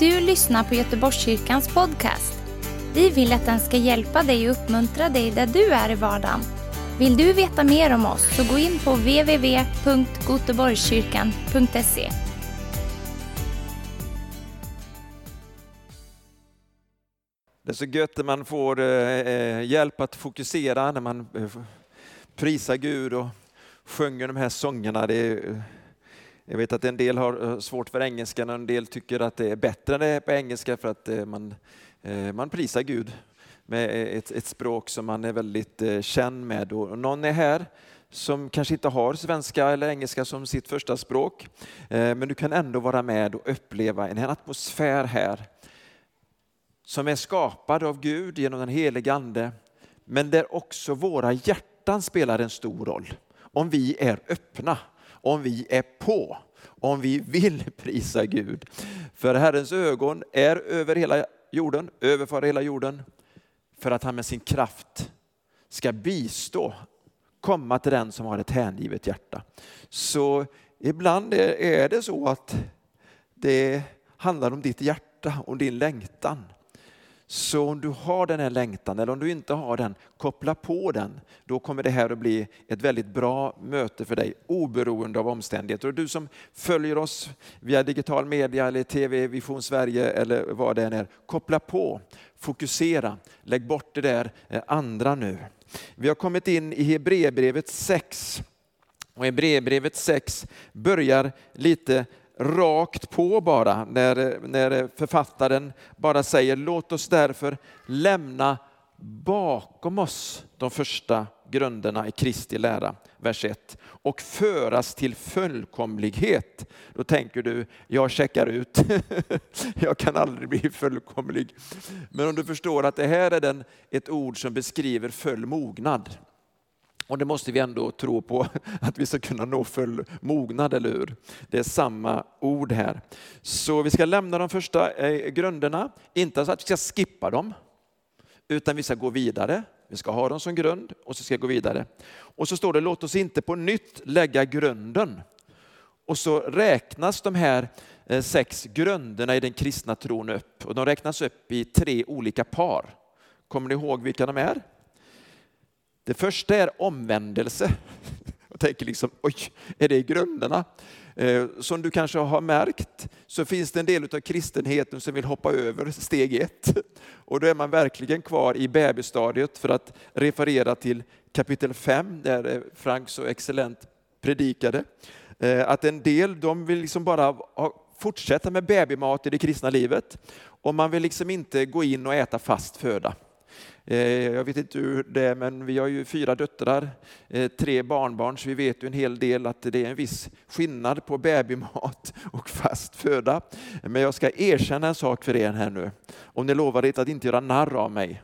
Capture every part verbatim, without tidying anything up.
Du lyssnar på Göteborgskyrkans podcast. Vi vill att den ska hjälpa dig och uppmuntra dig där du är i vardagen. Vill du veta mer om oss så gå in på w w w punkt goteborgskyrkan punkt se. Det är så gött när man får eh, hjälp att fokusera, när man eh, prisar Gud och sjunger de här sångerna. Det är, jag vet att en del har svårt för engelska och en del tycker att det är bättre än det är på engelska för att eh, man, eh, man prisar Gud med ett, ett språk som man är väldigt eh, känd med. Och någon är här som kanske inte har svenska eller engelska som sitt första språk, eh, men du kan ändå vara med och uppleva en atmosfär här som är skapad av Gud genom den helige Ande, men där också våra hjärtan spelar en stor roll. Om vi är öppna, om vi är på, om vi vill prisa Gud. För Herrens ögon är över hela jorden, överför hela jorden, för att han med sin kraft ska bistå, komma till den som har ett hängivet hjärta. Så ibland är det så att det handlar om ditt hjärta och din längtan. Så om du har den här längtan eller om du inte har den, koppla på den. Då kommer det här att bli ett väldigt bra möte för dig, oberoende av omständigheter. Och du som följer oss via digital media eller tv, Vision Sverige eller vad det än är, koppla på, fokusera, lägg bort det där andra nu. Vi har kommit in i Hebreerbrevet sex. Och Hebreerbrevet sex börjar lite rakt på bara när, när författaren bara säger: låt oss därför lämna bakom oss de första grunderna i Kristi lära, vers ett, och föras till fullkomlighet. Då tänker du, jag checkar ut, jag kan aldrig bli fullkomlig. Men om du förstår att det här är den, ett ord som beskriver full mognad. Och det måste vi ändå tro på, att vi ska kunna nå full mognad, eller hur? Det är samma ord här. Så vi ska lämna de första eh, grunderna. Inte så att vi ska skippa dem, utan vi ska gå vidare. Vi ska ha dem som grund och så ska vi gå vidare. Och så står det: låt oss inte på nytt lägga grunden. Och så räknas de här eh, sex grunderna i den kristna tron upp. Och de räknas upp i tre olika par. Kommer ni ihåg vilka de är? Det första är omvändelse. Jag tänker liksom, oj, är det i grunderna? Eh, som du kanske har märkt så finns det en del av kristenheten som vill hoppa över steg ett. Och då är man verkligen kvar i bebisstadiet, för att referera till kapitel fem där Frank så excellent predikade. Eh, att en del, de vill liksom bara ha, fortsätta med babymat i det kristna livet. Och man vill liksom inte gå in och äta fast föda. Jag vet inte hur det är, men vi har ju fyra döttrar, tre barnbarn, så vi vet ju en hel del att det är en viss skillnad på babymat och fast föda. Men jag ska erkänna en sak för er här nu. Om ni lovar er att inte göra narr av mig.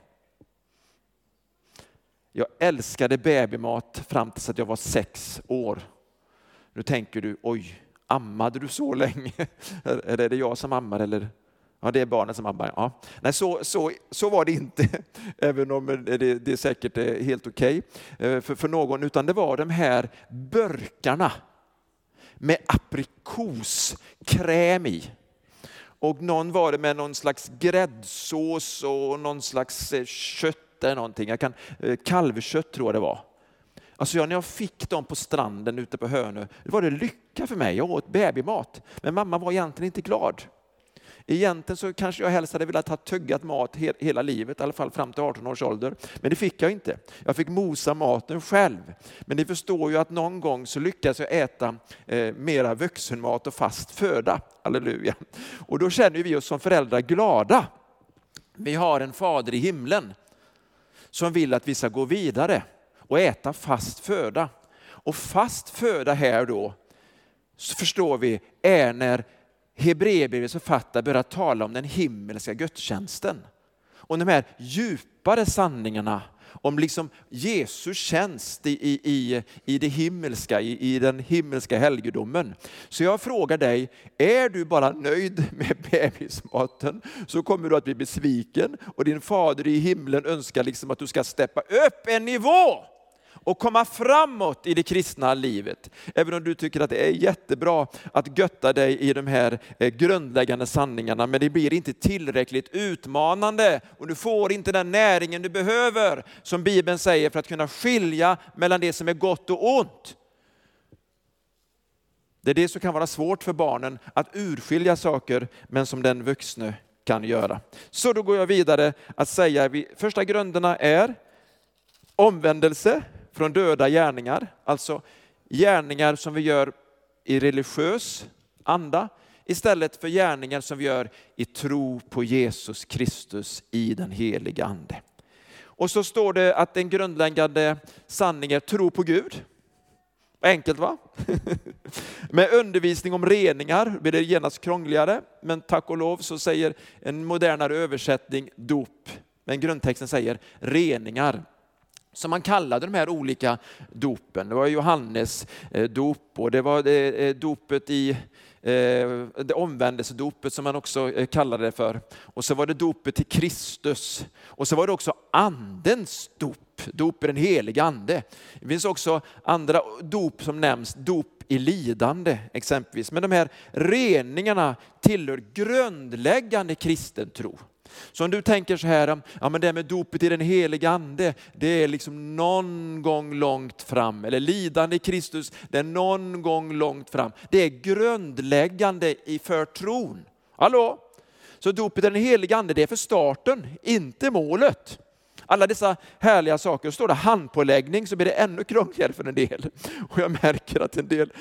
Jag älskade babymat fram tills att jag var sex år. Nu tänker du, oj, ammade du så länge? Eller är det jag som ammar eller? Ja, det är barnen som ammar. Ja. Nej, så, så, så var det inte, även om det, det är säkert helt okej för, för någon. Utan det var de här burkarna med aprikoskräm i. Och någon var det med någon slags gräddsås och någon slags kött eller någonting. Jag kan, kalvkött tror jag det var. Alltså jag, när jag fick dem på stranden ute på Hönö, det var det lycka för mig. Jag åt babymat. Men mamma var egentligen inte glad. Egentligen så kanske jag helst hade velat ha tuggat mat he- hela livet, i alla fall fram till arton års ålder. Men det fick jag inte. Jag fick mosa maten själv. Men ni förstår ju att någon gång så lyckas jag äta eh, mera vuxenmat och fast föda. Halleluja. Och då känner vi oss som föräldrar glada. Vi har en fader i himlen som vill att vi ska gå vidare och äta fast föda. Och fast föda här då, så förstår vi, är när Hebreerbrevets författare börjar tala om den himmelska gudstjänsten. Och de här djupare sanningarna om liksom Jesus tjänst i, i, i, i det himmelska, i, i den himmelska helgedomen. Så jag frågar dig, är du bara nöjd med bebismaten så kommer du att bli besviken. Och din fader i himlen önskar liksom att du ska steppa upp en nivå och komma framåt i det kristna livet. Även om du tycker att det är jättebra att götta dig i de här grundläggande sanningarna, men det blir inte tillräckligt utmanande och du får inte den näringen du behöver, som Bibeln säger, för att kunna skilja mellan det som är gott och ont. Det är det som kan vara svårt för barnen, att urskilja saker, men som den vuxne kan göra. Så då går jag vidare att säga att första grunderna är omvändelse från döda gärningar. Alltså gärningar som vi gör i religiös anda, istället för gärningar som vi gör i tro på Jesus Kristus i den heliga ande. Och så står det att den grundläggande sanningen är tro på Gud. Enkelt, va? Med undervisning om reningar blir det genast krångligare. Men tack och lov så säger en modernare översättning dop. Men grundtexten säger reningar. Som man kallade de här olika dopen. Det var Johannes dop och det var det dopet i det omvändelsedopet som man också kallade det för. Och så var det dopet till Kristus. Och så var det också andens dop. Dop i den heliga ande. Det finns också andra dop som nämns. Dop i lidande exempelvis. Men de här reningarna tillhör grundläggande kristen tro. Så om du tänker så här, ja men det med dopet i den heliga ande, det är liksom någon gång långt fram. Eller lidande i Kristus, det är någon gång långt fram. Det är grundläggande i för tron. Hallå? Så dopet i den heliga ande, det är för starten, inte målet. Alla dessa härliga saker, står det handpåläggning så blir det ännu krångligare för en del. Och jag märker att en del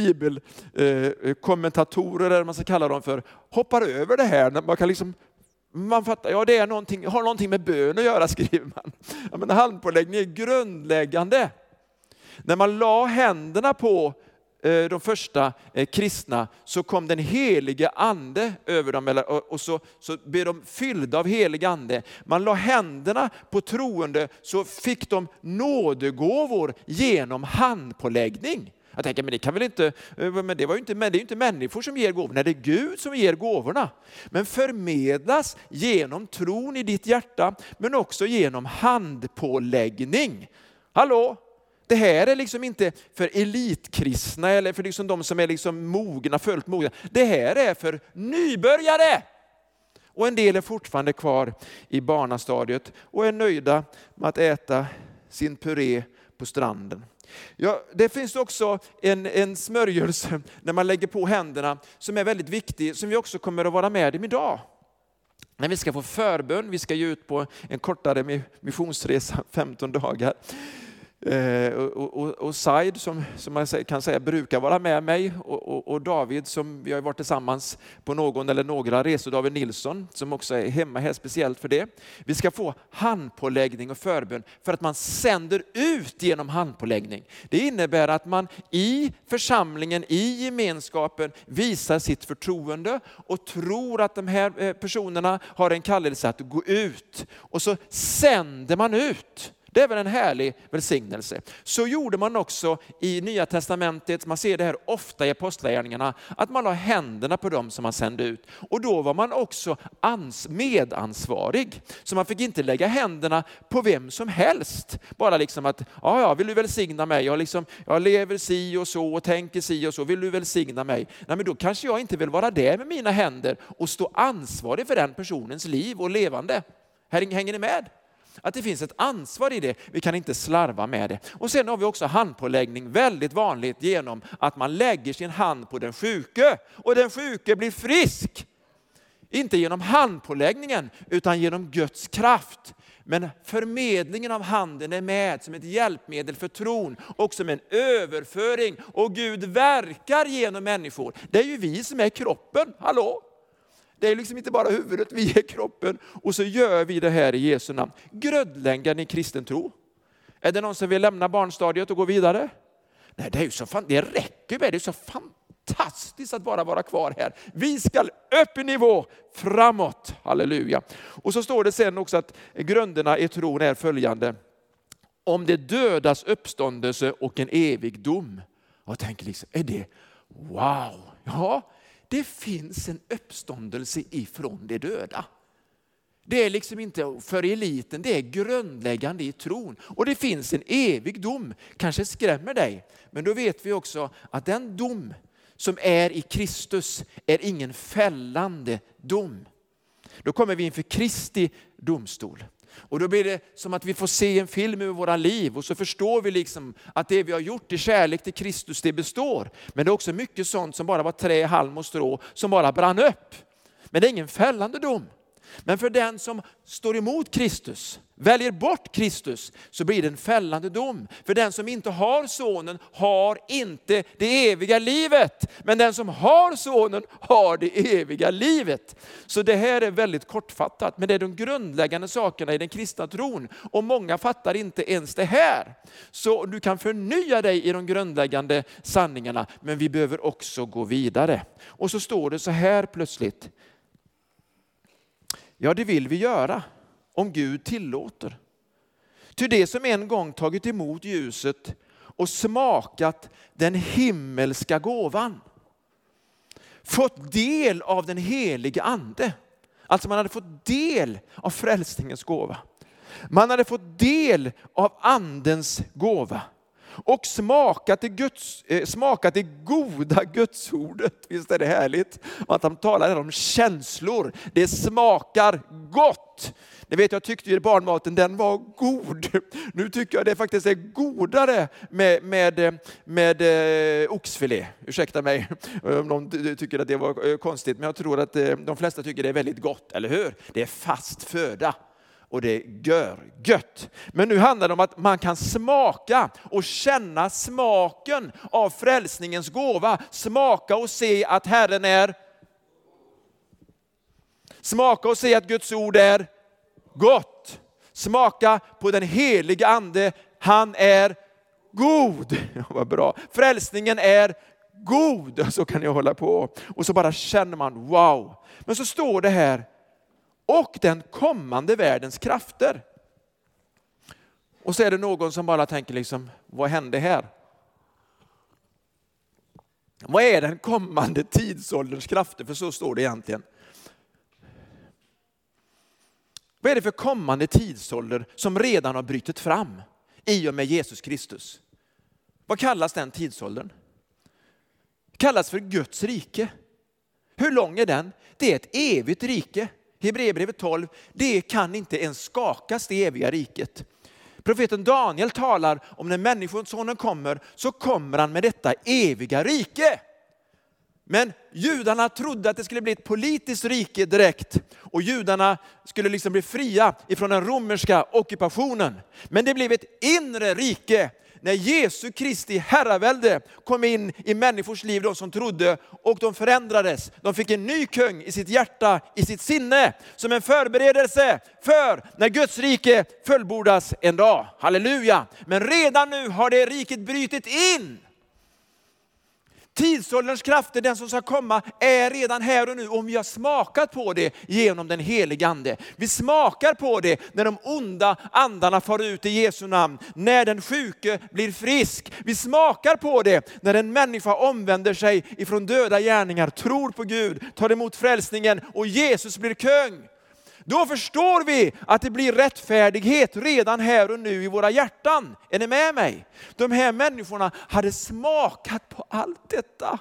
bibelkommentatorer, eller man ska kalla dem för, hoppar över det här. Man kan liksom, man fattar, ja det är någonting, har någonting med bön att göra, skriver man. Ja, men handpåläggning är grundläggande. När man la händerna på de första kristna så kom den helige ande över dem, och så, så blev de fyllda av helig ande. Man la händerna på troende så fick de nådegåvor genom handpåläggning. Jag tänker, men det kan väl inte, men det var ju inte, men det är ju inte människor som ger gåvorna, det är Gud som ger gåvorna. Men förmedlas genom tron i ditt hjärta, men också genom handpåläggning. Hallå? Det här är liksom inte för elitkristna eller för liksom de som är liksom mogna, fullt mogna. Det här är för nybörjare. Och en del är fortfarande kvar i barnastadiet och är nöjda med att äta sin puré på stranden. Ja, det finns också en, en smörjelse när man lägger på händerna som är väldigt viktig, som vi också kommer att vara med om idag. När vi ska få förbön, vi ska ju ut på en kortare missionsresa, femton dagar. Eh, och, och, och Said som, som man kan säga brukar vara med mig och, och, och David som vi har varit tillsammans på någon eller några resor, David Nilsson som också är hemma här speciellt för det. Vi ska få handpåläggning och förbön för att man sänder ut genom handpåläggning. Det innebär att man i församlingen, i gemenskapen visar sitt förtroende och tror att de här personerna har en kallelse att gå ut, och så sänder man ut. Det är väl en härlig välsignelse. Så gjorde man också i Nya testamentet. Man ser det här ofta i apostlagärningarna. Att man la händerna på dem som man sände ut. Och då var man också ans- medansvarig. Så man fick inte lägga händerna på vem som helst. Bara liksom att, ja ja, vill du välsigna mig? Jag, liksom, jag lever si och så och tänker si och så. Vill du välsigna mig? Nej, men då kanske jag inte vill vara där med mina händer och stå ansvarig för den personens liv och levande. Hänger ni med? Att det finns ett ansvar i det. Vi kan inte slarva med det. Och sen har vi också handpåläggning, väldigt vanligt, genom att man lägger sin hand på den sjuke. Och den sjuke blir frisk. Inte genom handpåläggningen utan genom Guds kraft. Men förmedlingen av handen är med som ett hjälpmedel för tron. Också med en överföring. Och Gud verkar genom människor. Det är ju vi som är kroppen. Hallå? Det är liksom inte bara huvudet, vi är kroppen. Och så gör vi det här i Jesu namn. Grundläggande i kristen tro. Är det någon som vill lämna barnstadiet och gå vidare? Nej, det är ju så fan, det räcker med det. Det är så fantastiskt att bara vara kvar här. Vi ska upp i nivå framåt. Halleluja. Och så står det sen också att grunderna i tron är följande. Om det dödas uppståndelse och en evig dom. Jag tänker liksom, är det wow? Ja. Det finns en uppståndelse ifrån de döda. Det är liksom inte för eliten, det är grundläggande i tron. Och det finns en evig dom, kanske skrämmer dig. Men då vet vi också att den dom som är i Kristus är ingen fällande dom. Då kommer vi inför Kristi domstol. Och då blir det som att vi får se en film över våra liv och så förstår vi liksom att det vi har gjort i kärlek till Kristus, det består. Men det är också mycket sånt som bara var trä, halm och strå som bara brann upp. Men det är ingen fällande dom. Men för den som står emot Kristus, väljer bort Kristus, så blir det en fällande dom. För den som inte har sonen har inte det eviga livet. Men den som har sonen har det eviga livet. Så det här är väldigt kortfattat. Men det är de grundläggande sakerna i den kristna tron. Och många fattar inte ens det här. Så du kan förnya dig i de grundläggande sanningarna. Men vi behöver också gå vidare. Och så står det så här plötsligt. Ja, det vill vi göra om Gud tillåter. Ty det som en gång tagit emot ljuset och smakat den himmelska gåvan, fått del av den heliga ande. Alltså man hade fått del av frälsningens gåva. Man hade fått del av andens gåva. Och smakat det, Guds, eh, smakat det goda Gudsordet. Visst är det härligt att han talar om känslor. Det smakar gott. Det vet jag tyckte ju barnmaten, den var god. Nu tycker jag det faktiskt är godare med, med, med eh, oxfilé. Ursäkta mig om någon tycker att det var konstigt. Men jag tror att eh, de flesta tycker det är väldigt gott, eller hur? Det är fast föda. Och det gör gött. Men nu handlar det om att man kan smaka och känna smaken av frälsningens gåva. Smaka och se att Herren är. Smaka och se att Guds ord är gott. Smaka på den heliga ande. Han är god. Ja, vad bra. Frälsningen är god. Så kan jag hålla på. Och så bara känner man wow. Men så står det här. Och den kommande världens krafter. Och så är det någon som bara tänker liksom, vad hände här? Vad är den kommande tidsålderns krafter? För så står det egentligen. Vad är det för kommande tidsålder som redan har brytit fram i och med Jesus Kristus? Vad kallas den tidsåldern? Det kallas för Guds rike. Hur lång är den? Det är ett evigt rike. Hebreerbrevet tolv, det kan inte ens skakas, det eviga riket. Profeten Daniel talar om när människosonen kommer, så kommer han med detta eviga rike. Men judarna trodde att det skulle bli ett politiskt rike direkt. Och judarna skulle liksom bli fria ifrån den romerska ockupationen. Men det blev ett inre rike. När Jesu Kristi herravälde kom in i människors liv, de som trodde, och de förändrades. De fick en ny kung i sitt hjärta, i sitt sinne, som en förberedelse för när Guds rike fullbordas en dag. Halleluja! Men redan nu har det riket brytit in. Tidsålderns krafter, den som ska komma, är redan här och nu om vi har smakat på det genom den heliga ande. Vi smakar på det när de onda andarna far ut i Jesu namn. När den sjuke blir frisk. Vi smakar på det när en människa omvänder sig ifrån döda gärningar, tror på Gud, tar emot frälsningen och Jesus blir kung. Då förstår vi att det blir rättfärdighet redan här och nu i våra hjärtan. Är ni med mig? De här människorna hade smakat på allt detta.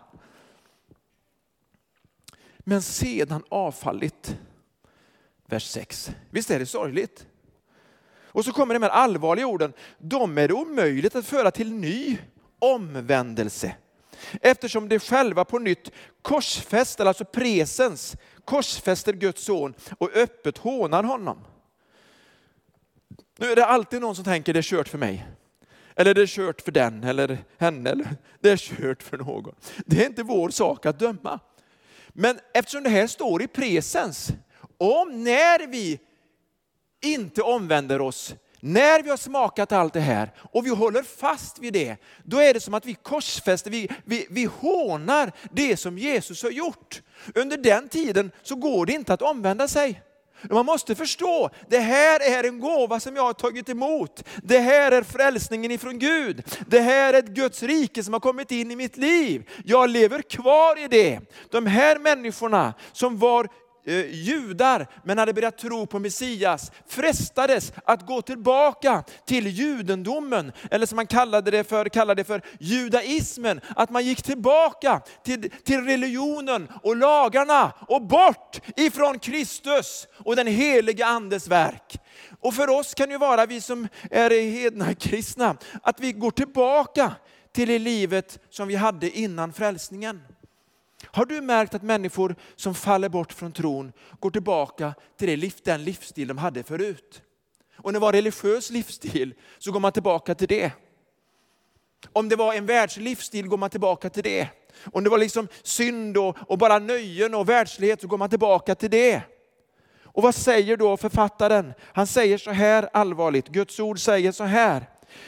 Men sedan avfallit. Vers sex. Visst är det sorgligt? Och så kommer de här allvarliga orden. De är det omöjligt att föra till ny omvändelse. Eftersom de själva på nytt korsfäster, alltså presens, korsfäster Guds son och öppet hånar honom. Nu är det alltid någon som tänker det är kört för mig. Eller det är kört för den eller henne. Eller det är kört för någon. Det är inte vår sak att döma. Men eftersom det här står i presens. Om när vi inte omvänder oss. När vi har smakat allt det här och vi håller fast vid det, då är det som att vi korsfäster, vi, vi, vi hånar det som Jesus har gjort. Under den tiden så går det inte att omvända sig. Man måste förstå, det här är en gåva som jag har tagit emot. Det här är frälsningen ifrån Gud. Det här är ett Guds rike som har kommit in i mitt liv. Jag lever kvar i det. De här människorna som var eh, judar men hade börjat tro på Messias frestades att gå tillbaka till judendomen, eller som man kallade det för, kallade det för judaismen. Att man gick tillbaka till, till religionen och lagarna och bort ifrån Kristus och den heliga andes verk. Och för oss kan det ju vara, vi som är hedna kristna, att vi går tillbaka till det livet som vi hade innan frälsningen. Har du märkt att människor som faller bort från tron går tillbaka till det liv, den livsstil de hade förut? Och när det var religiös livsstil så går man tillbaka till det. Om det var en världslig livsstil går man tillbaka till det. Om det var liksom synd och, och bara nöjen och världslighet så går man tillbaka till det. Och vad säger då författaren? Han säger så här allvarligt. Guds ord säger så här.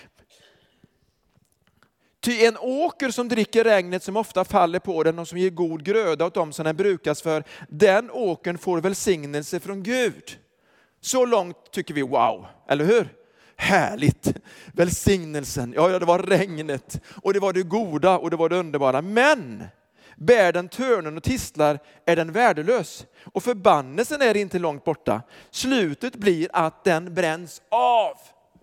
Ty en åker som dricker regnet som ofta faller på den och som ger god gröda åt dem som den brukas för, den åkern får välsignelse från Gud. Så långt tycker vi wow, eller hur? Härligt. Välsignelsen, ja det var regnet och det var det goda och det var det underbara. Men bär den törnen och tistlar är den värdelös. Och förbannelsen är inte långt borta. Slutet blir att den bränns av.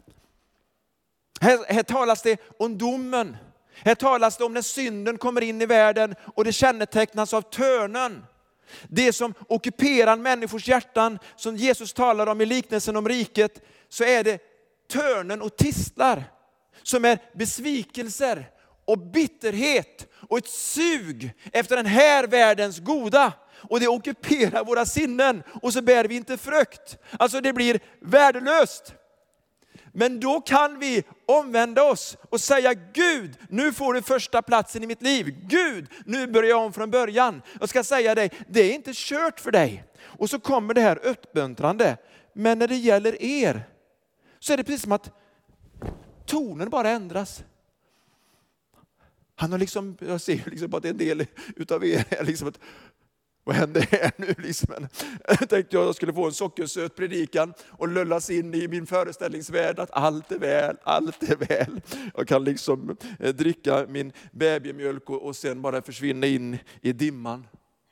Här, här talas det om domen. Här talas det om när synden kommer in i världen och det kännetecknas av törnen. Det som ockuperar människors hjärtan, som Jesus talar om i liknelsen om riket, så är det törnen och tistlar som är besvikelser och bitterhet och ett sug efter den här världens goda. Och det ockuperar våra sinnen och så bär vi inte frukt. Alltså det blir värdelöst. Men då kan vi omvända oss och säga: Gud, nu får du första platsen i mitt liv. Gud, nu börjar jag om från början. Jag ska säga dig, det är inte kört för dig. Och så kommer det här uppmuntrande. Men när det gäller er så är det precis som att tonen bara ändras. Han har liksom, jag ser liksom på att det är en del utav er är liksom att, vad händer här nu liksom? Jag tänkte jag skulle få en sockersöt predikan och lullas in i min föreställningsvärld att allt är väl, allt är väl. Jag kan liksom dricka min babymjölk och, och sen bara försvinna in i dimman.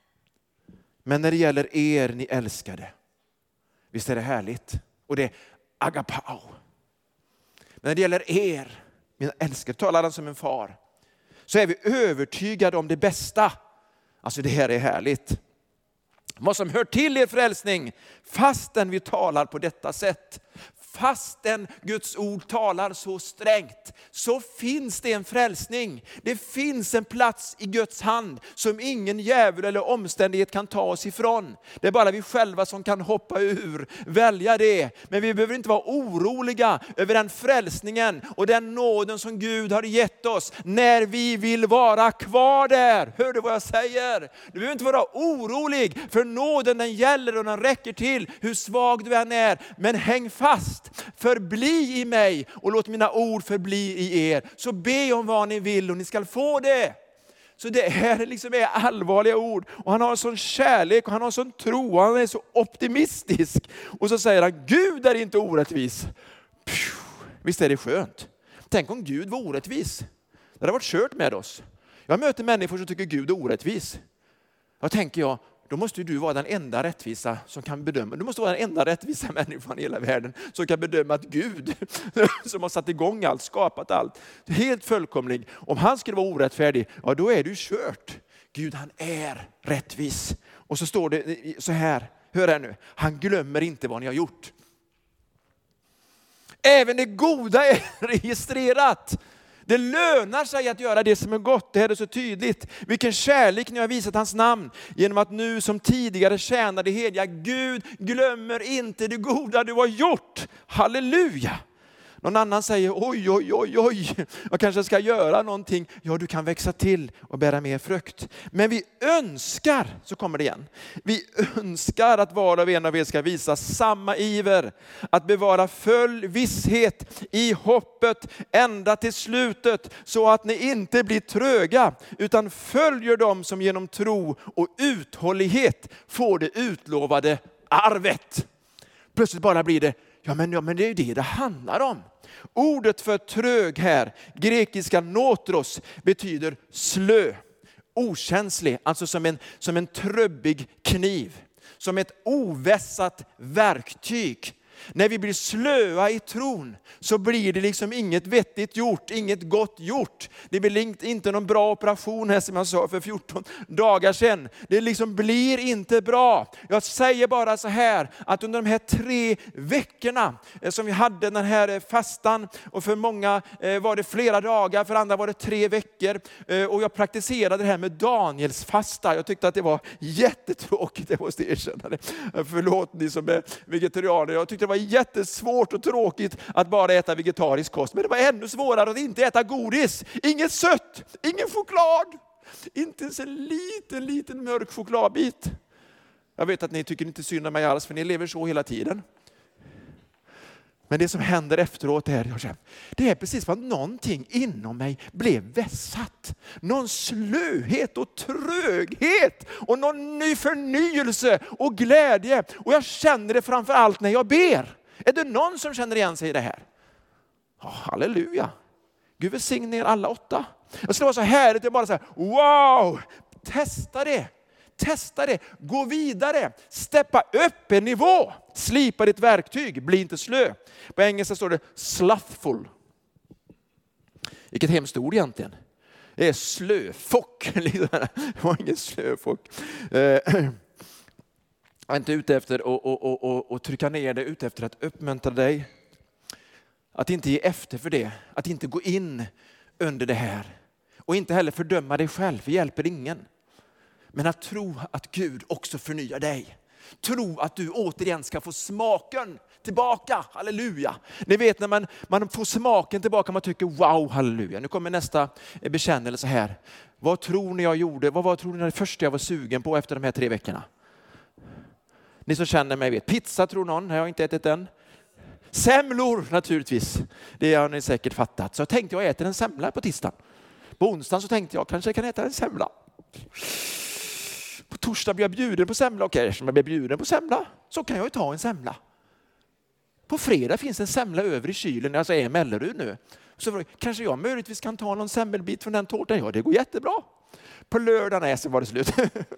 Men när det gäller er, ni älskade, visst är det härligt? Och det är agapao. Men när det gäller er, mina älskade, talar han som en far, så är vi övertygade om det bästa. Alltså det här är härligt. Vad som hör till er frälsning, fastän vi talar på detta sätt, fastän Guds ord talar så strängt, så finns det en frälsning. Det finns en plats i Guds hand som ingen djävul eller omständighet kan ta oss ifrån. Det är bara vi själva som kan hoppa ur, välja det. Men vi behöver inte vara oroliga över den frälsningen och den nåden som Gud har gett oss när vi vill vara kvar där. Hör du vad jag säger? Du behöver inte vara orolig, för nåden den gäller och den räcker till hur svag du än är. Men häng fast. Förbli i mig och låt mina ord förbli i er. Så be om vad ni vill och ni ska få det. Så det här liksom är allvarliga ord. Och han har en sån kärlek och han har en sån tro. Och han är så optimistisk. Och så säger han: Gud är inte orättvis. Pju, visst är det skönt. Tänk om Gud var orättvis. Det har varit kört med oss. Jag möter människor som tycker Gud är orättvis. Då tänker jag, då måste du vara den enda rättvisa som kan bedöma. Du måste vara den enda rättvisa människan i hela världen som kan bedöma att Gud, som har satt igång allt, skapat allt, helt fullkomlig. Om han skulle vara orättfärdig, ja då är du kört. Gud, han är rättvis. Och så står det så här, hör här nu, han glömmer inte vad ni har gjort. Även det goda är registrerat. Det lönar sig att göra det som är gott. Det här är så tydligt. Vilken kärlek ni har visat hans namn. Genom att nu som tidigare tjänar det heliga. Gud glömmer inte det goda du har gjort. Halleluja. Någon annan säger: oj, oj, oj, oj. Jag kanske ska göra någonting. Ja, du kan växa till och bära mer frukt. Men vi önskar, så kommer det igen. Vi önskar att var och en av er ska visa samma iver. Att bevara full visshet i hoppet ända till slutet. Så att ni inte blir tröga utan följer dem som genom tro och uthållighet får det utlovade arvet. Plötsligt bara blir det, ja men, ja men det är det det handlar om. Ordet för trög här, grekiska notros, betyder slö, okänslig, alltså som en, som en trubbig kniv. som ett ovässat verktyg. När vi blir slöa i tron så blir det liksom inget vettigt gjort, inget gott gjort. Det blir inte någon bra operation här som jag sa för fjorton dagar sedan. Det liksom blir inte bra. Jag säger bara så här att under de här tre veckorna som vi hade den här fastan, och för många var det flera dagar, för andra var det tre veckor. Och jag praktiserade det här med Daniels fasta. Jag tyckte att det var jättetråkigt, jag måste erkänna det. Förlåt ni som är vegetarianer. Jag tyckte det var jättesvårt och tråkigt att bara äta vegetarisk kost. Men det var ännu svårare att inte äta godis. Inget sött, ingen choklad. Inte ens en liten, liten mörk chokladbit. Jag vet att ni tycker inte synd om mig alls, för ni lever så hela tiden. Men det som händer efteråt är, det är precis som att någonting inom mig blev vässat. Någon slöhet och tröghet och någon ny förnyelse och glädje. Och jag känner det framför allt när jag ber. Är det någon som känner igen sig i det här? Oh, halleluja. Gud välsigne er alla åtta. Jag skulle vara så härligt att bara säga, wow, testa det. Testa det, gå vidare, steppa upp en nivå, slipa ditt verktyg, bli inte slö. På engelska står det slothful. Vilket hemskt ord egentligen. Det är slöfock. Det var ingen slöfock. Jag är inte ute efter att och, och, och, och trycka ner det, ute efter att uppmuntra dig. Att inte ge efter för det, att inte gå in under det här. Och inte heller fördöma dig själv, för hjälper ingen. Men att tro att Gud också förnyar dig. Tro att du återigen ska få smaken tillbaka. Halleluja. Ni vet när man, man får smaken tillbaka, man tycker wow, halleluja. Nu kommer nästa bekännelse här. Vad tror ni jag gjorde? Vad var tror ni det första jag var sugen på efter de här tre veckorna? Ni som känner mig vet. Pizza tror någon, jag har inte ätit än. Semlor naturligtvis. Det har ni säkert fattat. Så jag tänkte jag äter en semla på tisdagen. På onsdagen så tänkte jag kanske jag kan äta en semla. På torsdag blir jag bjuden på semla. Okej, eftersom jag blir bjuden på semla så kan jag ju ta en semla. På fredag finns en semla över i kylen. Alltså är Mellerud nu. Så kanske jag möjligtvis kan ta någon semmelbit från den tårtan. Ja, det går jättebra. På lördag, nej, så var det slut.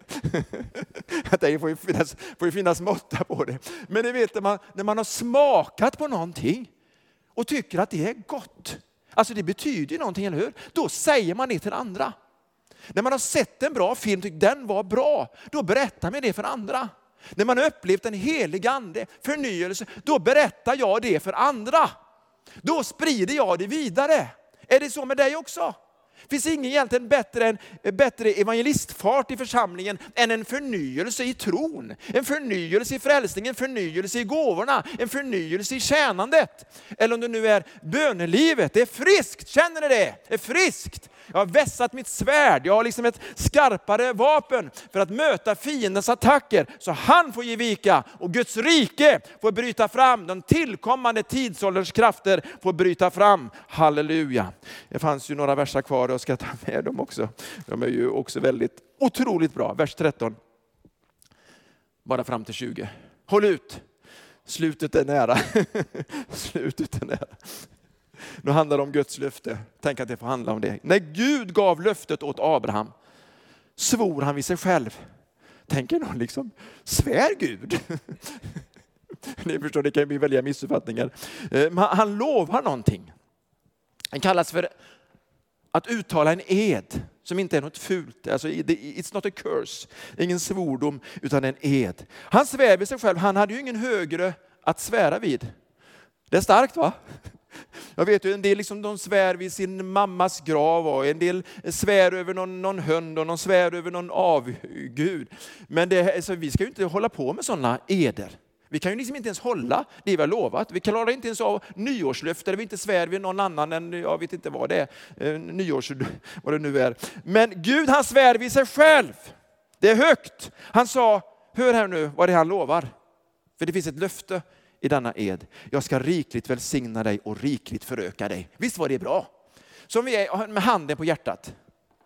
Det får ju finnas, får ju finnas måtta på det. Men det vet man, när man har smakat på någonting och tycker att det är gott. Alltså det betyder ju någonting, eller hur? Då säger man det till andra. När man har sett en bra film, tycker den var bra, då berättar man det för andra. När man har upplevt en helig ande, förnyelse, då berättar jag det för andra. Då sprider jag det vidare. Är det så med dig också? Finns ingen egentligen bättre, än, bättre evangelistfart i församlingen än en förnyelse i tron. En förnyelse i frälsningen, en förnyelse i gåvorna, en förnyelse i tjänandet. Eller om det nu är bönelivet, det är friskt, känner ni det? Det är friskt. Jag har vässat mitt svärd, jag har liksom ett skarpare vapen för att möta fiendens attacker. Så han får ge vika och Guds rike får bryta fram. De tillkommande tidsålderns krafter får bryta fram. Halleluja. Det fanns ju några verser kvar och jag ska ta med dem också. De är ju också väldigt otroligt bra. Vers tretton. Bara fram till tjugo. Håll ut. Slutet är nära. Slutet är nära. Nu handlar det om Guds löfte. Tänk att det får handla om det. När Gud gav löftet åt Abraham svor han vid sig själv. Tänker någon liksom, svär Gud? Ni förstår, det kan bli väldiga missuppfattningar. Han lovar någonting. Det kallas för att uttala en ed som inte är något fult. Alltså, it's not a curse. Ingen svordom utan en ed. Han svär vid sig själv. Han hade ju ingen högre att svära vid. Det är starkt, va? Jag vet ju en del liksom de svär vid sin mammas grav och en del svär över någon, någon hund och någon svär över någon avgud. Men det, alltså, vi ska ju inte hålla på med sådana eder. Vi kan ju liksom inte ens hålla det vi har lovat. Vi klarar inte ens av nyårslöfter där vi inte svär vid någon annan än, jag vet inte vad det är, nyårs, vad det nu är. Men Gud, han svär vid sig själv. Det är högt. Han sa, hör här nu vad det han lovar. För det finns ett löfte i denna ed. Jag ska rikligt välsigna dig och rikligt föröka dig. Visst var det bra? Som vi är med handen på hjärtat.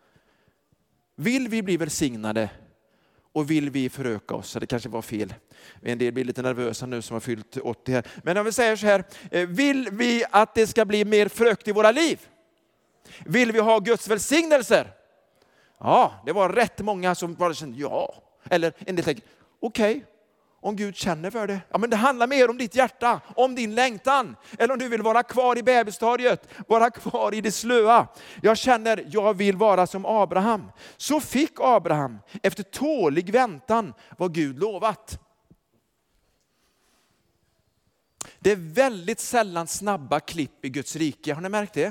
Vill vi bli välsignade och vill vi föröka oss? Det kanske var fel. En del blir lite nervösa nu som har fyllt åttio här. Men om vi säger så här. Vill vi att det ska bli mer frukt i våra liv? Vill vi ha Guds välsignelser? Ja, det var rätt många som bara kände ja. Eller en del tänkte, okej. Okay. Om Gud känner för det. Ja, men det handlar mer om ditt hjärta, om din längtan. Eller om du vill vara kvar i bebisstadiet, vara kvar i det slöa. Jag känner, jag vill vara som Abraham. Så fick Abraham efter tålig väntan vad Gud lovat. Det är väldigt sällan snabba klipp i Guds rike. Har ni märkt det?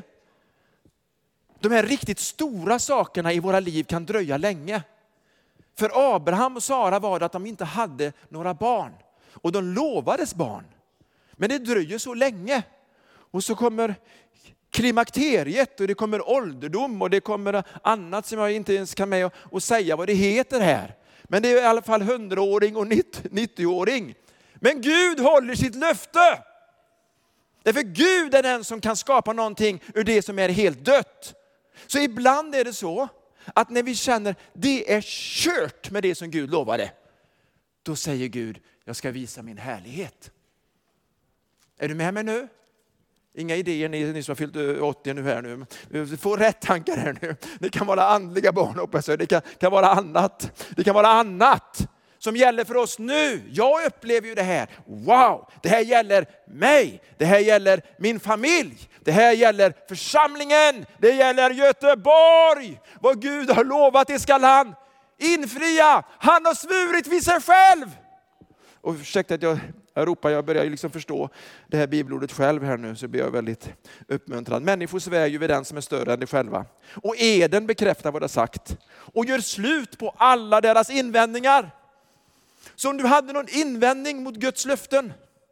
De här riktigt stora sakerna i våra liv kan dröja länge. För Abraham och Sara var det att de inte hade några barn. Och de lovades barn. Men det dröjer så länge. Och så kommer klimakteriet och det kommer ålderdom och det kommer annat som jag inte ens kan med och säga vad det heter här. Men det är i alla fall hundraåring och nittioåring. Men Gud håller sitt löfte. Därför Gud är den som kan skapa någonting ur det som är helt dött. Så ibland är det så att när vi känner det är kört med det som Gud lovade, då säger Gud, jag ska visa min härlighet. Är du med mig nu? Inga idéer, ni, ni som har fyllt åttio nu här nu. Vi får rätt tankar här nu. Det kan vara andliga barn, hoppas jag. Det kan, kan vara annat. Det kan vara annat som gäller för oss nu. Jag upplever ju det här. Wow, det här gäller mig. Det här gäller min familj. Det här gäller församlingen. Det gäller Göteborg. Vad Gud har lovat, det ska han infria. Han har svurit vid sig själv. Och ursäkta att jag, jag ropar, jag börjar liksom förstå det här bibelordet själv här nu, så blir jag väldigt uppmuntrad. Människor svär ju vid den som är större än de själva. Och eden bekräftar vad det har sagt. Och gör slut på alla deras invändningar. Så om du hade någon invändning mot Guds löften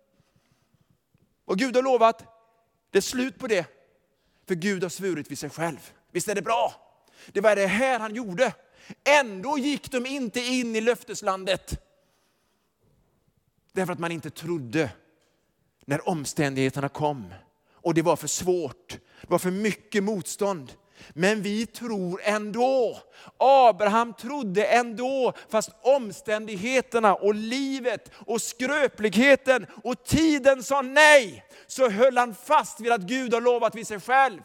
och Gud har lovat, det är slut på det. För Gud har svurit vid sig själv. Visst är det bra? Det var det här han gjorde. Ändå gick de inte in i löfteslandet. Därför att man inte trodde när omständigheterna kom. Och det var för svårt. Det var för mycket motstånd. Men vi tror ändå. Abraham trodde ändå, fast omständigheterna och livet och skröpligheten och tiden sa nej. Så höll han fast vid att Gud har lovat vid sig själv.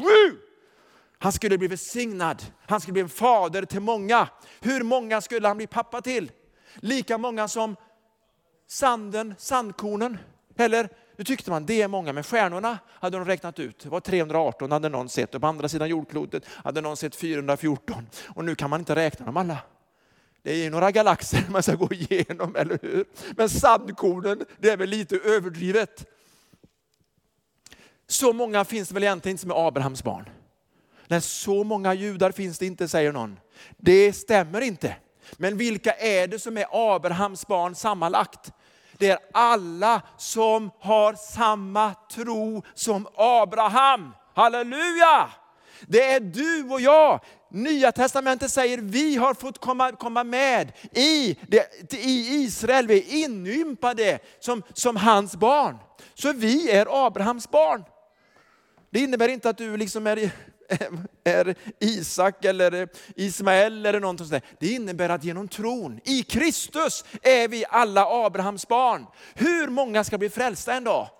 Han skulle bli välsignad. Han skulle bli en fader till många. Hur många skulle han bli pappa till? Lika många som sanden, sandkornen. Eller, nu tyckte man det är många, men stjärnorna hade de räknat ut. Det var trehundraarton hade någon sett, och på andra sidan jordklotet hade någon sett fyrahundrafjorton. Och nu kan man inte räkna dem alla. Det är ju några galaxer man ska gå igenom, eller hur? Men sandkornen, det är väl lite överdrivet. Så många finns det väl egentligen inte som är Abrahams barn. När så många judar finns det inte, säger någon. Det stämmer inte. Men vilka är det som är Abrahams barn sammanlagt? Det är alla som har samma tro som Abraham. Halleluja! Det är du och jag. Nya testamentet säger vi har fått komma, komma med i, det, i Israel. Vi är inympade som, som hans barn. Så vi är Abrahams barn. Det innebär inte att du liksom är, är Isak eller Ismael eller någonting sådär. Det innebär att genom tron i Kristus är vi alla Abrahams barn. Hur många ska bli frälsta en dag?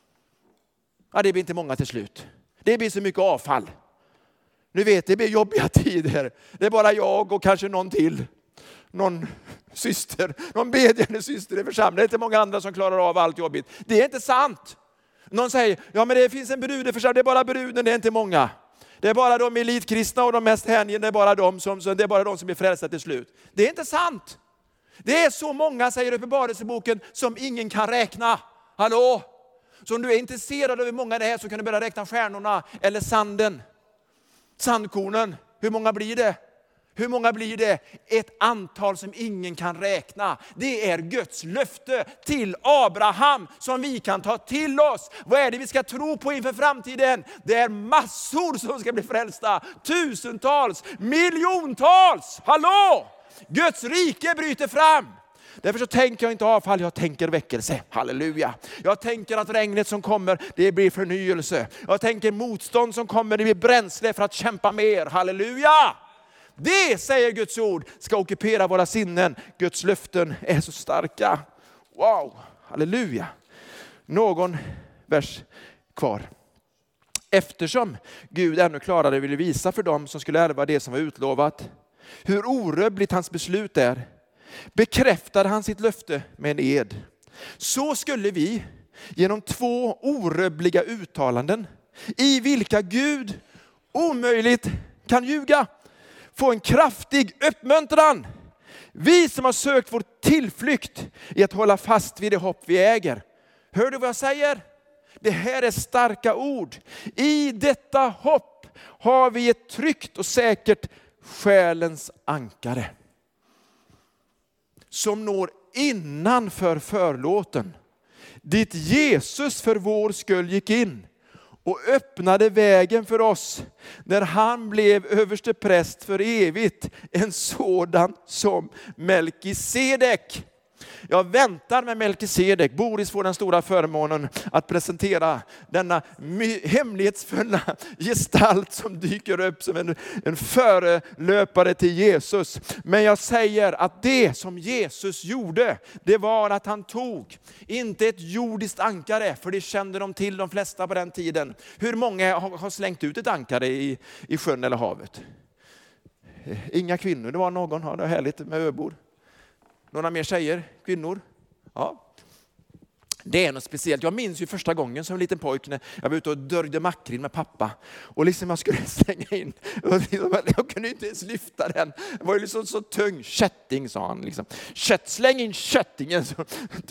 Ja, det blir inte många till slut. Det blir så mycket avfall. Nu vet det blir jobbiga tider. Det är bara jag och kanske någon till. Någon syster, någon bedjande syster i församlingen. Det är inte många andra som klarar av allt jobbigt. Det är inte sant. Någon säger, ja men det finns en brud i församlingen, det är bara bruden, det är inte många. Det är bara de elitkristna och de mest hängivna, det är bara de som, det är bara de som blir frälsta till slut. Det är inte sant. Det är så många, säger Uppenbarelseboken, som ingen kan räkna. Hallå? Så om du är intresserad av hur många det är så kan du börja räkna stjärnorna eller sanden. Sandkornen, hur många blir det? Hur många blir det? Ett antal som ingen kan räkna. Det är Guds löfte till Abraham som vi kan ta till oss. Vad är det vi ska tro på inför framtiden? Det är massor som ska bli frälsta. Tusentals, miljontals. Hallå! Guds rike bryter fram. Därför så tänker jag inte avfall, jag tänker väckelse. Halleluja. Jag tänker att regnet som kommer, det blir förnyelse. Jag tänker motstånd som kommer, det blir bränsle för att kämpa mer. Halleluja! Det, säger Guds ord, ska ockupera våra sinnen. Guds löften är så starka. Wow, halleluja. Någon vers kvar. Eftersom Gud ännu klarare ville visa för dem som skulle ärva det som var utlovat, hur orubbligt hans beslut är, bekräftade han sitt löfte med en ed. Så skulle vi genom två orubbliga uttalanden, i vilka Gud omöjligt kan ljuga, få en kraftig uppmuntran. Vi som har sökt vår tillflykt i att hålla fast vid det hopp vi äger. Hör du vad jag säger? Det här är starka ord. I detta hopp har vi ett tryggt och säkert själens ankare, som når innanför förlåten, dit Jesus för vår skull gick in och öppnade vägen för oss när han blev överste präst för evigt, en sådan som Melkisedek. Jag väntar med Melkisedek. Boris får den stora förmånen att presentera denna hemlighetsfulla gestalt som dyker upp som en, en förelöpare till Jesus. Men jag säger att det som Jesus gjorde, det var att han tog inte ett jordiskt ankare, för det kände de till de flesta på den tiden. Hur många har, har slängt ut ett ankare i, i sjön eller havet? Inga kvinnor, det var någon. Ja, det var härligt med öbor. Några mer tjejer, kvinnor? Ja. Det är något speciellt. Jag minns ju första gången som en liten pojk när jag var ute och dörjde makrill med pappa. Och liksom jag skulle slänga in. Jag kunde inte ens lyfta den. Det var ju liksom så tung. Kätting, sa han. Liksom. Kött, släng in köttingen. Så,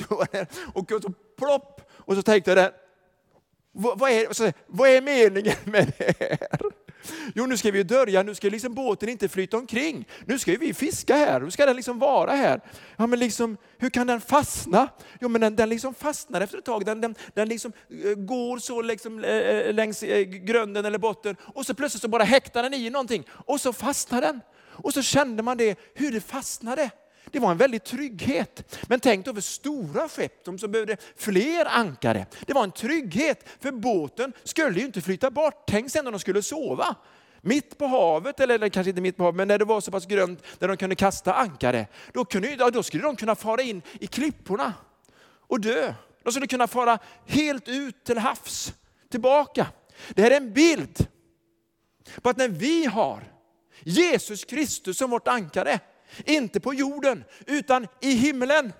och så plopp. Och så tänkte jag där. Vad, vad, är, så, vad är meningen med det här? Jo, nu ska vi dörja, nu ska liksom båten inte flyta omkring. Nu ska vi fiska här, nu ska den liksom vara här. Ja, men liksom, hur kan den fastna? Jo, men den, den liksom fastnar efter ett tag. Den, den, den liksom uh, går så liksom, uh, längs uh, grunden eller botten. Och så plötsligt så bara häktar den i någonting. Och så fastnar den. Och så kände man det, hur det fastnade. Det var en väldig trygghet. Men tänk över stora skepp som behövde fler ankare. Det var en trygghet, för båten skulle ju inte flyta bort. Tänk sen när de skulle sova. Mitt på havet, eller, eller kanske inte mitt på havet, men när det var så pass grönt där de kunde kasta ankare. Då, kunde, då skulle de kunna fara in i klipporna och dö. De skulle kunna fara helt ut till havs, tillbaka. Det här är en bild på att när vi har Jesus Kristus som vårt ankare, inte på jorden utan i himlen,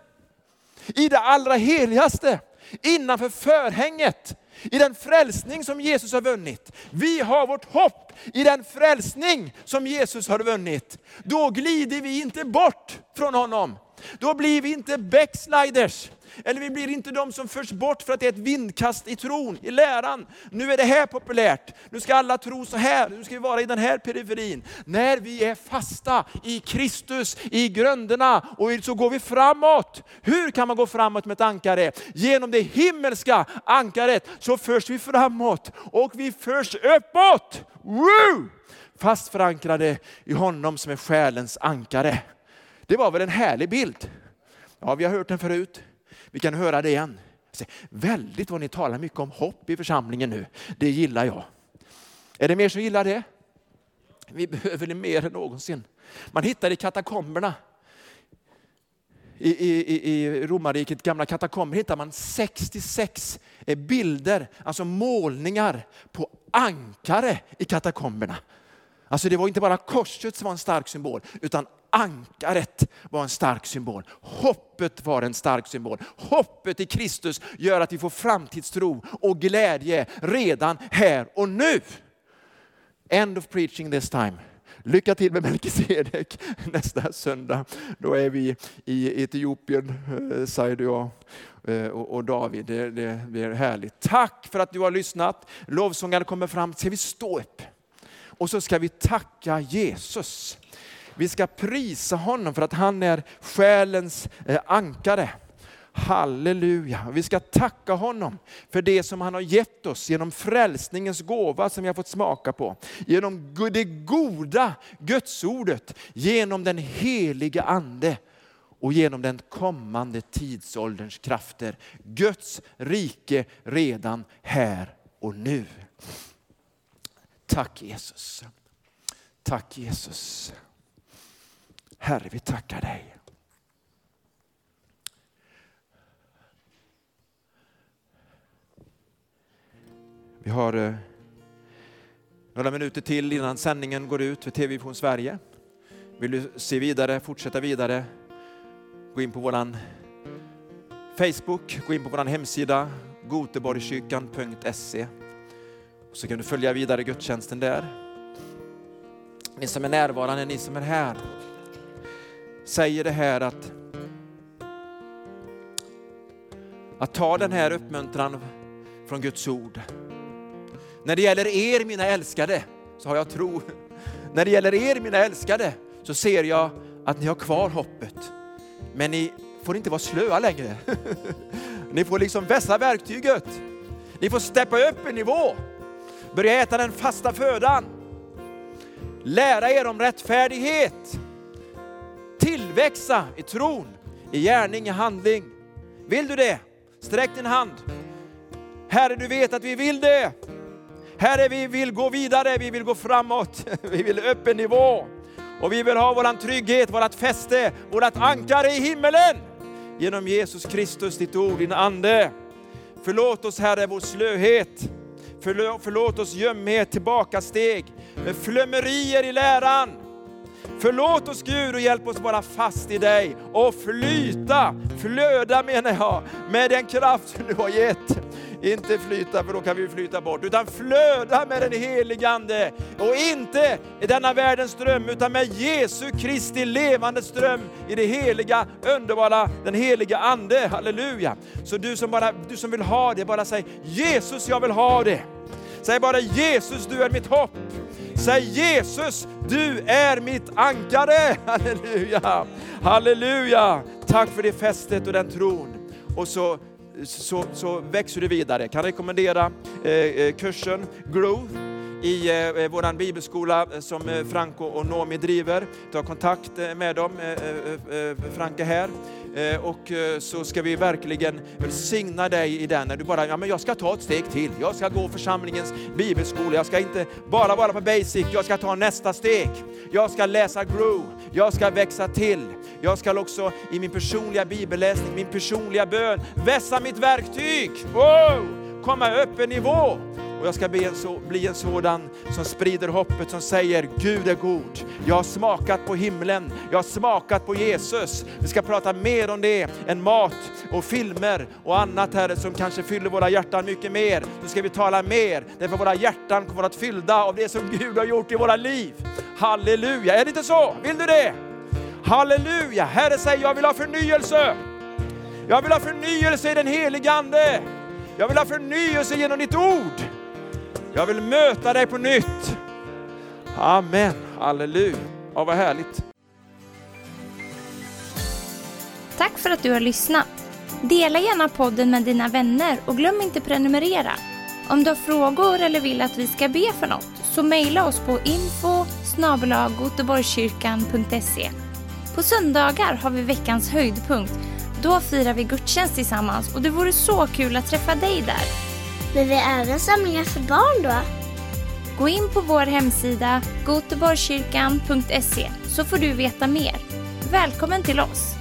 i det allra heligaste, innanför förhänget, i den frälsning som Jesus har vunnit. Vi har vårt hopp i den frälsning som Jesus har vunnit. Då glider vi inte bort från honom. Då blir vi inte backsliders. Eller vi blir inte de som förs bort för att det är ett vindkast i tron, i läran. Nu är det här populärt. Nu ska alla tro så här. Nu ska vi vara i den här periferin. När vi är fasta i Kristus, i grunderna, och så går vi framåt. Hur kan man gå framåt med ett ankare? Genom det himmelska ankaret så förs vi framåt och vi förs uppåt. Woo! Fast förankrade i honom som är själens ankare. Det var väl en härlig bild? Ja, vi har hört den förut. Vi kan höra det igen. Väldigt vad ni talar mycket om hopp i församlingen nu. Det gillar jag. Är det mer som gillar det? Vi behöver det mer än någonsin. Man hittar i katakomberna. I, i, i romarriket, gamla katakomber, hittar man sextiosex bilder, alltså målningar på ankare i katakomberna. Alltså det var inte bara korset som var en stark symbol, utan ankaret var en stark symbol. Hoppet var en stark symbol. Hoppet i Kristus gör att vi får framtidstro och glädje redan här och nu. End of preaching this time. Lycka till med Melkisedek nästa söndag. Då är vi i Etiopien, säger jag och David. Det, det blir härligt. Tack för att du har lyssnat. Lovsångaren kommer fram. Ska vi stå upp? Och så ska vi tacka Jesus. Vi ska prisa honom för att han är själens ankare. Halleluja. Vi ska tacka honom för det som han har gett oss genom frälsningens gåva som vi har fått smaka på. Genom det goda Gudsordet, genom den heliga ande och genom den kommande tidsålderns krafter. Guds rike redan här och nu. Tack Jesus. Tack Jesus. Herre, vi tackar dig. Vi har eh, några minuter till innan sändningen går ut för T V Vision Sverige. Vill du se vidare, fortsätta vidare, gå in på våran Facebook, gå in på våran hemsida goteborgskyrkan punkt se. Så kan du följa vidare gudstjänsten där. Ni som är närvarande, ni som är här, säger det här att att ta den här uppmuntran från Guds ord. När det gäller er, mina älskade, så har jag tro. När det gäller er, mina älskade, så ser jag att ni har kvar hoppet. Men ni får inte vara slöa längre. Ni får liksom vässa verktyget. Ni får steppa upp en nivå. Börja äta den fasta födan. Lära er om rättfärdighet. Tillväxa i tron, i gärning, i handling. Vill du det? Sträck din hand. Herre, du vet att vi vill det. Herre, vi vill gå vidare, vi vill gå framåt. Vi vill upp en nivå. Och vi vill ha våran trygghet, vårat fäste, vårat ankare i himmelen. Genom Jesus Kristus, ditt ord, din ande. Förlåt oss, Herre, vår slöhet. Förlåt, förlåt oss gömhet, tillbakasteg. Med flömmerier i läran. Förlåt oss, Gud, och hjälp oss vara fast i dig. Och flyta, flöda menar jag, med den kraft som du har gett. Inte flyta, för då kan vi flyta bort. Utan flöda med den helige ande. Och inte i denna världens ström, utan med Jesu Kristi levande ström i det heliga, underbara, den heliga ande. Halleluja. Så du som, bara, du som vill ha det, bara säg Jesus, jag vill ha det. Säg bara Jesus, du är mitt hopp. Säg Jesus, du är mitt ankare. Halleluja. Halleluja. Tack för det fästet och den tron. Och så Så, så växer du vidare. Jag kan rekommendera eh, kursen Grow i eh, våran bibelskola som eh, Franco och Nomi driver. Ta kontakt med dem, eh, eh, Franke här. Eh, och eh, så ska vi verkligen välsigna dig i den. När du bara, ja men jag ska ta ett steg till. Jag ska gå församlingens bibelskola. Jag ska inte bara vara på basic. Jag ska ta nästa steg. Jag ska läsa Grow. Jag ska växa till. Jag ska också i min personliga bibelläsning, min personliga bön, vässa mitt verktyg. Wow! Komma upp en nivå. Och jag ska bli en, så, bli en sådan som sprider hoppet, som säger Gud är god. Jag har smakat på himlen. Jag har smakat på Jesus. Vi ska prata mer om det än mat och filmer och annat här som kanske fyller våra hjärtan mycket mer. Så ska vi tala mer. Därför våra hjärtan kommer att fyllda av det som Gud har gjort i våra liv. Halleluja. Är det inte så? Vill du det? Halleluja. Herre säger, jag vill ha förnyelse. Jag vill ha förnyelse i den heliga ande. Jag vill ha förnyelse genom ditt ord. Jag vill möta dig på nytt. Amen. Halleluja. Ja, vad härligt. Tack för att du har lyssnat. Dela gärna podden med dina vänner och glöm inte prenumerera. Om du har frågor eller vill att vi ska be för något, så mejla oss på info snabel-a goteborgskyrkan punkt se. På söndagar har vi veckans höjdpunkt. Då firar vi gudstjänst tillsammans och det vore så kul att träffa dig där. Men vi är även samlingar för barn då? Gå in på vår hemsida goteborgskyrkan punkt se så får du veta mer. Välkommen till oss!